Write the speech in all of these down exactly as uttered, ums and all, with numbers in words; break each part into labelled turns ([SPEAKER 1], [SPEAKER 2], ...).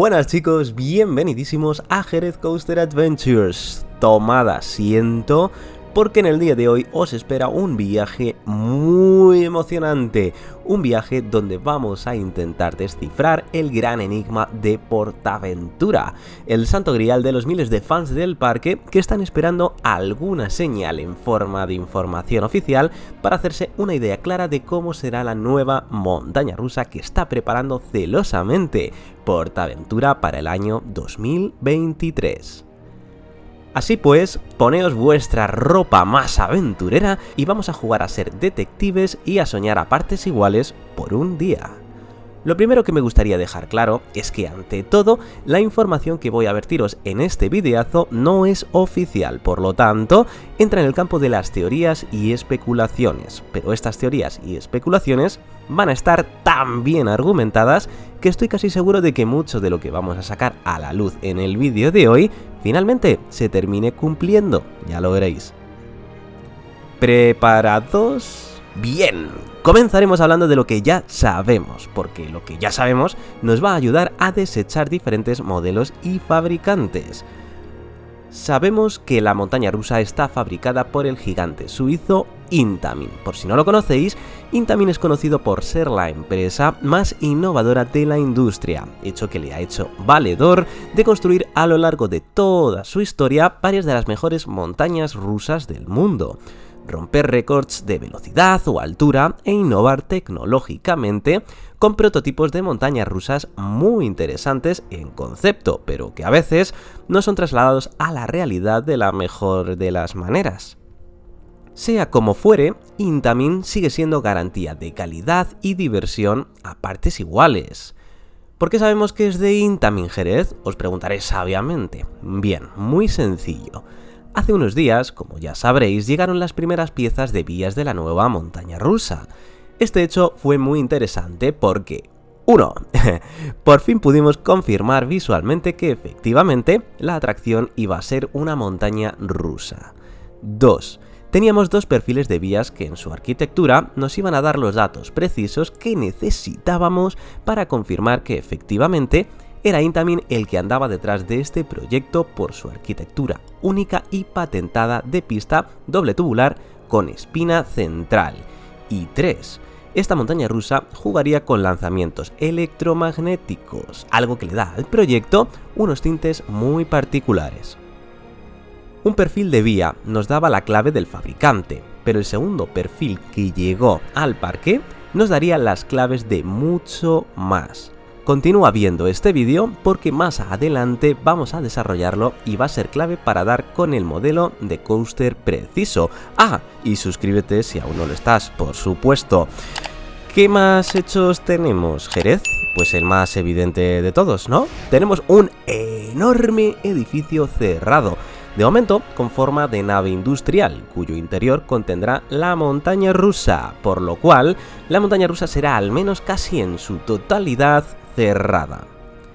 [SPEAKER 1] Buenas chicos, bienvenidísimos a Jerez Coaster Adventures. Tomad asiento porque en el día de hoy os espera un viaje muy emocionante. Un viaje donde vamos a intentar descifrar el gran enigma de PortAventura, el santo grial de los miles de fans del parque que están esperando alguna señal en forma de información oficial para hacerse una idea clara de cómo será la nueva montaña rusa que está preparando celosamente PortAventura para el año dos mil veintitrés. Así pues, poneos vuestra ropa más aventurera y vamos a jugar a ser detectives y a soñar a partes iguales por un día. Lo primero que me gustaría dejar claro es que ante todo, la información que voy a vertiros en este videazo no es oficial, por lo tanto, entra en el campo de las teorías y especulaciones, pero estas teorías y especulaciones van a estar tan bien argumentadas que estoy casi seguro de que mucho de lo que vamos a sacar a la luz en el vídeo de hoy finalmente se termine cumpliendo, ya lo veréis. ¿Preparados? Bien, comenzaremos hablando de lo que ya sabemos, porque lo que ya sabemos nos va a ayudar a desechar diferentes modelos y fabricantes. Sabemos que la montaña rusa está fabricada por el gigante suizo Intamin. Por si no lo conocéis, Intamin es conocido por ser la empresa más innovadora de la industria, hecho que le ha hecho valedor de construir a lo largo de toda su historia varias de las mejores montañas rusas del mundo, romper récords de velocidad o altura e innovar tecnológicamente con prototipos de montañas rusas muy interesantes en concepto, pero que a veces no son trasladados a la realidad de la mejor de las maneras. Sea como fuere, Intamin sigue siendo garantía de calidad y diversión a partes iguales. ¿Por qué sabemos que es de Intamin Jerez? Os preguntaréis sabiamente. Bien, muy sencillo. Hace unos días, como ya sabréis, llegaron las primeras piezas de vías de la nueva montaña rusa. Este hecho fue muy interesante porque uno. Por fin pudimos confirmar visualmente que efectivamente la atracción iba a ser una montaña rusa. dos. Teníamos dos perfiles de vías que en su arquitectura nos iban a dar los datos precisos que necesitábamos para confirmar que efectivamente era Intamin el que andaba detrás de este proyecto por su arquitectura única y patentada de pista doble tubular con espina central. Y tres. Esta montaña rusa jugaría con lanzamientos electromagnéticos, algo que le da al proyecto unos tintes muy particulares. Un perfil de vía nos daba la clave del fabricante, pero el segundo perfil que llegó al parque nos daría las claves de mucho más. Continúa viendo este vídeo porque más adelante vamos a desarrollarlo y va a ser clave para dar con el modelo de coaster preciso. Ah, y suscríbete si aún no lo estás, por supuesto. ¿Qué más hechos tenemos, Jerez? Pues el más evidente de todos, ¿no? Tenemos un enorme edificio cerrado, de momento con forma de nave industrial, cuyo interior contendrá la montaña rusa, por lo cual la montaña rusa será al menos casi en su totalidad cerrada.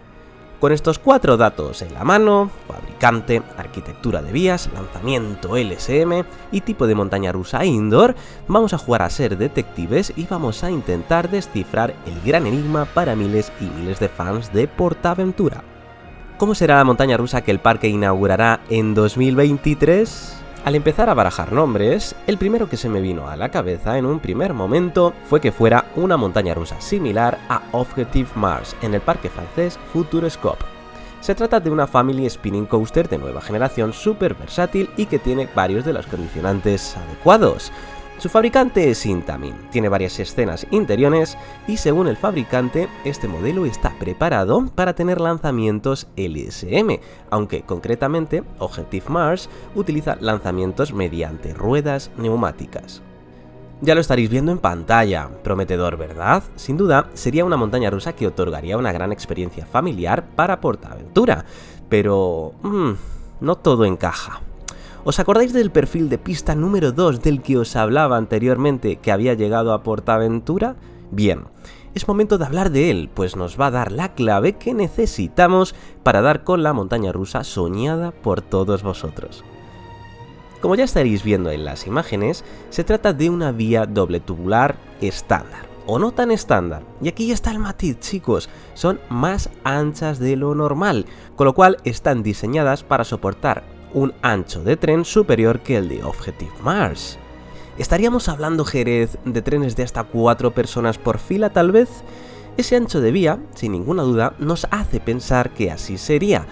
[SPEAKER 1] Con estos cuatro datos en la mano, fabricante, arquitectura de vías, lanzamiento L S M y tipo de montaña rusa indoor, vamos a jugar a ser detectives y vamos a intentar descifrar el gran enigma para miles y miles de fans de PortAventura. ¿Cómo será la montaña rusa que el parque inaugurará en dos mil veintitrés? Al empezar a barajar nombres, el primero que se me vino a la cabeza en un primer momento fue que fuera una montaña rusa similar a Objective Mars en el parque francés Futuroscope. Se trata de una Family Spinning Coaster de nueva generación súper versátil y que tiene varios de los condicionantes adecuados. Su fabricante es Intamin, tiene varias escenas interiores y según el fabricante, este modelo está preparado para tener lanzamientos L S M, aunque concretamente Objective Mars utiliza lanzamientos mediante ruedas neumáticas. Ya lo estaréis viendo en pantalla, prometedor, ¿verdad? Sin duda, sería una montaña rusa que otorgaría una gran experiencia familiar para PortAventura, pero mmm, no todo encaja. ¿Os acordáis del perfil de pista número dos del que os hablaba anteriormente que había llegado a PortAventura? Bien, es momento de hablar de él, pues nos va a dar la clave que necesitamos para dar con la montaña rusa soñada por todos vosotros. Como ya estaréis viendo en las imágenes, se trata de una vía doble tubular estándar, o no tan estándar. Y aquí está el matiz, chicos, son más anchas de lo normal, con lo cual están diseñadas para soportar un ancho de tren superior que el de Objective Mars. ¿Estaríamos hablando, Jerez, de trenes de hasta cuatro personas por fila tal vez? Ese ancho de vía, sin ninguna duda, nos hace pensar que así sería.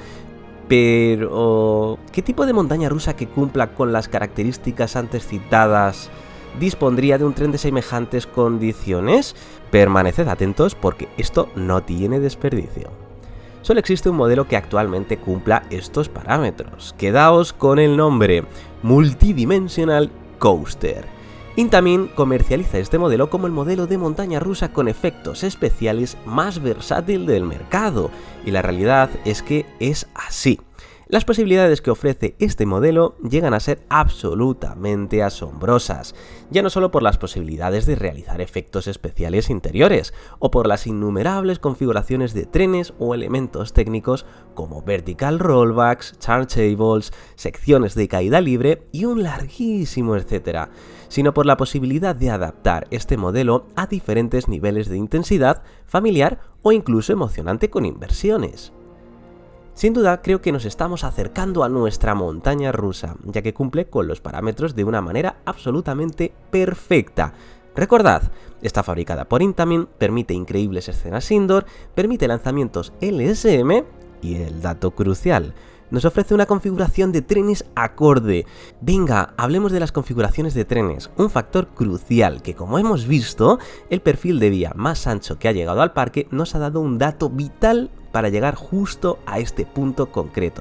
[SPEAKER 1] Pero, ¿qué tipo de montaña rusa que cumpla con las características antes citadas dispondría de un tren de semejantes condiciones? Permaneced atentos porque esto no tiene desperdicio. Solo existe un modelo que actualmente cumpla estos parámetros. Quedaos con el nombre: Multidimensional Coaster. Intamin comercializa este modelo como el modelo de montaña rusa con efectos especiales más versátil del mercado, y la realidad es que es así. Las posibilidades que ofrece este modelo llegan a ser absolutamente asombrosas, ya no solo por las posibilidades de realizar efectos especiales interiores, o por las innumerables configuraciones de trenes o elementos técnicos como vertical rollbacks, turntables, secciones de caída libre y un larguísimo etcétera, sino por la posibilidad de adaptar este modelo a diferentes niveles de intensidad, familiar o incluso emocionante con inversiones. Sin duda, creo que nos estamos acercando a nuestra montaña rusa, ya que cumple con los parámetros de una manera absolutamente perfecta. Recordad, está fabricada por Intamin, permite increíbles escenas indoor, permite lanzamientos L S M y el dato crucial: nos ofrece una configuración de trenes acorde. Venga, hablemos de las configuraciones de trenes, un factor crucial que, como hemos visto, el perfil de vía más ancho que ha llegado al parque nos ha dado un dato vital para llegar justo a este punto concreto.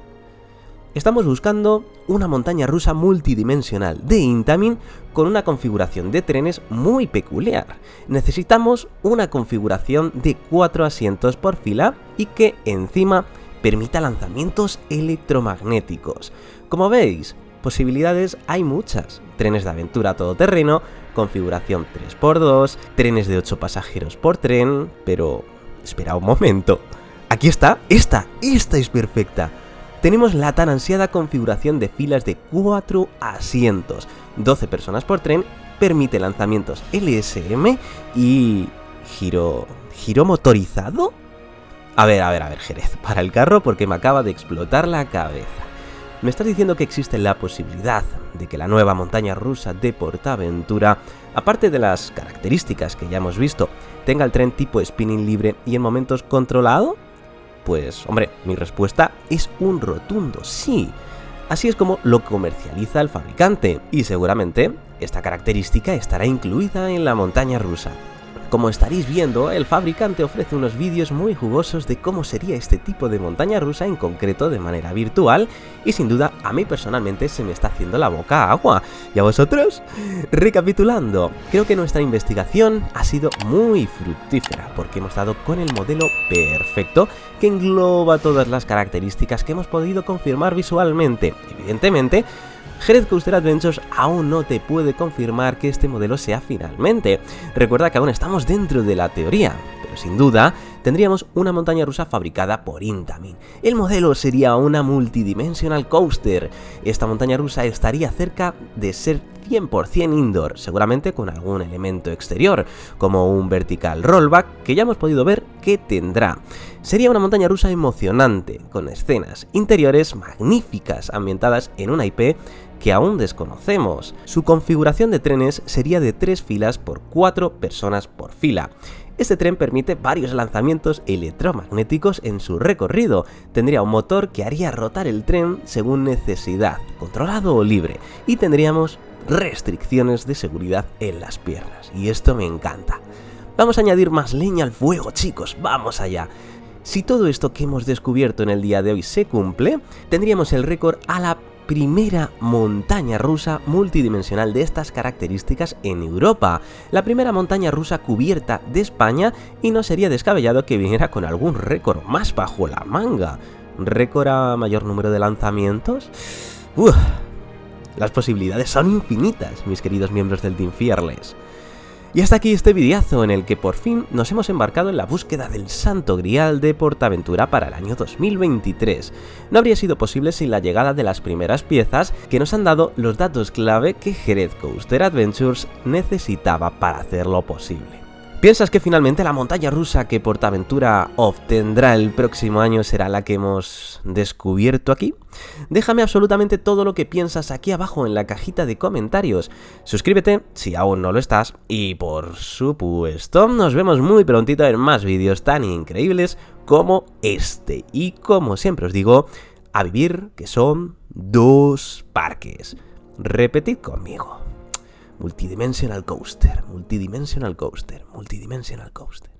[SPEAKER 1] Estamos buscando una montaña rusa multidimensional de Intamin con una configuración de trenes muy peculiar. Necesitamos una configuración de cuatro asientos por fila y que encima permita lanzamientos electromagnéticos. Como veis, posibilidades hay muchas: trenes de aventura todoterreno, configuración tres por dos, trenes de ocho pasajeros por tren, pero espera un momento. Aquí está, esta, esta es perfecta. Tenemos la tan ansiada configuración de filas de cuatro asientos, doce personas por tren, permite lanzamientos L S M y giro, giro motorizado. A ver, a ver, a ver, Jerez, para el carro porque me acaba de explotar la cabeza. ¿Me estás diciendo que existe la posibilidad de que la nueva montaña rusa de PortAventura, aparte de las características que ya hemos visto, tenga el tren tipo spinning libre y en momentos controlado? Pues, hombre, mi respuesta es un rotundo sí. Así es como lo comercializa el fabricante, y seguramente esta característica estará incluida en la montaña rusa. Como estaréis viendo, el fabricante ofrece unos vídeos muy jugosos de cómo sería este tipo de montaña rusa en concreto de manera virtual, y sin duda a mí personalmente se me está haciendo la boca agua. ¿Y a vosotros? Recapitulando, creo que nuestra investigación ha sido muy fructífera porque hemos dado con el modelo perfecto que engloba todas las características que hemos podido confirmar visualmente. Evidentemente, Jerez Coaster Adventures aún no te puede confirmar que este modelo sea finalmente. Recuerda que aún estamos dentro de la teoría, pero sin duda tendríamos una montaña rusa fabricada por Intamin. El modelo sería una Multidimensional Coaster. Esta montaña rusa estaría cerca de ser cien por cien indoor, seguramente con algún elemento exterior, como un vertical rollback que ya hemos podido ver que tendrá. Sería una montaña rusa emocionante, con escenas interiores magníficas ambientadas en una I P que aún desconocemos. Su configuración de trenes sería de tres filas por cuatro personas por fila. Este tren permite varios lanzamientos electromagnéticos en su recorrido. Tendría un motor que haría rotar el tren según necesidad, controlado o libre, y tendríamos restricciones de seguridad en las piernas. Y esto me encanta. Vamos a añadir más leña al fuego, chicos, vamos allá. Si todo esto que hemos descubierto en el día de hoy se cumple, tendríamos el récord a la primera montaña rusa multidimensional de estas características en Europa, la primera montaña rusa cubierta de España, y no sería descabellado que viniera con algún récord más bajo la manga. ¿Récord a mayor número de lanzamientos? Uf, las posibilidades son infinitas, mis queridos miembros del Team Fearless. Y hasta aquí este videazo en el que por fin nos hemos embarcado en la búsqueda del santo grial de PortAventura para el año dos mil veintitrés. No habría sido posible sin la llegada de las primeras piezas que nos han dado los datos clave que Jerez Coaster Adventures necesitaba para hacerlo posible. ¿Piensas que finalmente la montaña rusa que PortAventura obtendrá el próximo año será la que hemos descubierto aquí? Déjame absolutamente todo lo que piensas aquí abajo en la cajita de comentarios. Suscríbete si aún no lo estás y, por supuesto, nos vemos muy prontito en más vídeos tan increíbles como este. Y como siempre os digo, a vivir, que son dos parques. Repetid conmigo. Multidimensional Coaster, Multidimensional Coaster, Multidimensional Coaster.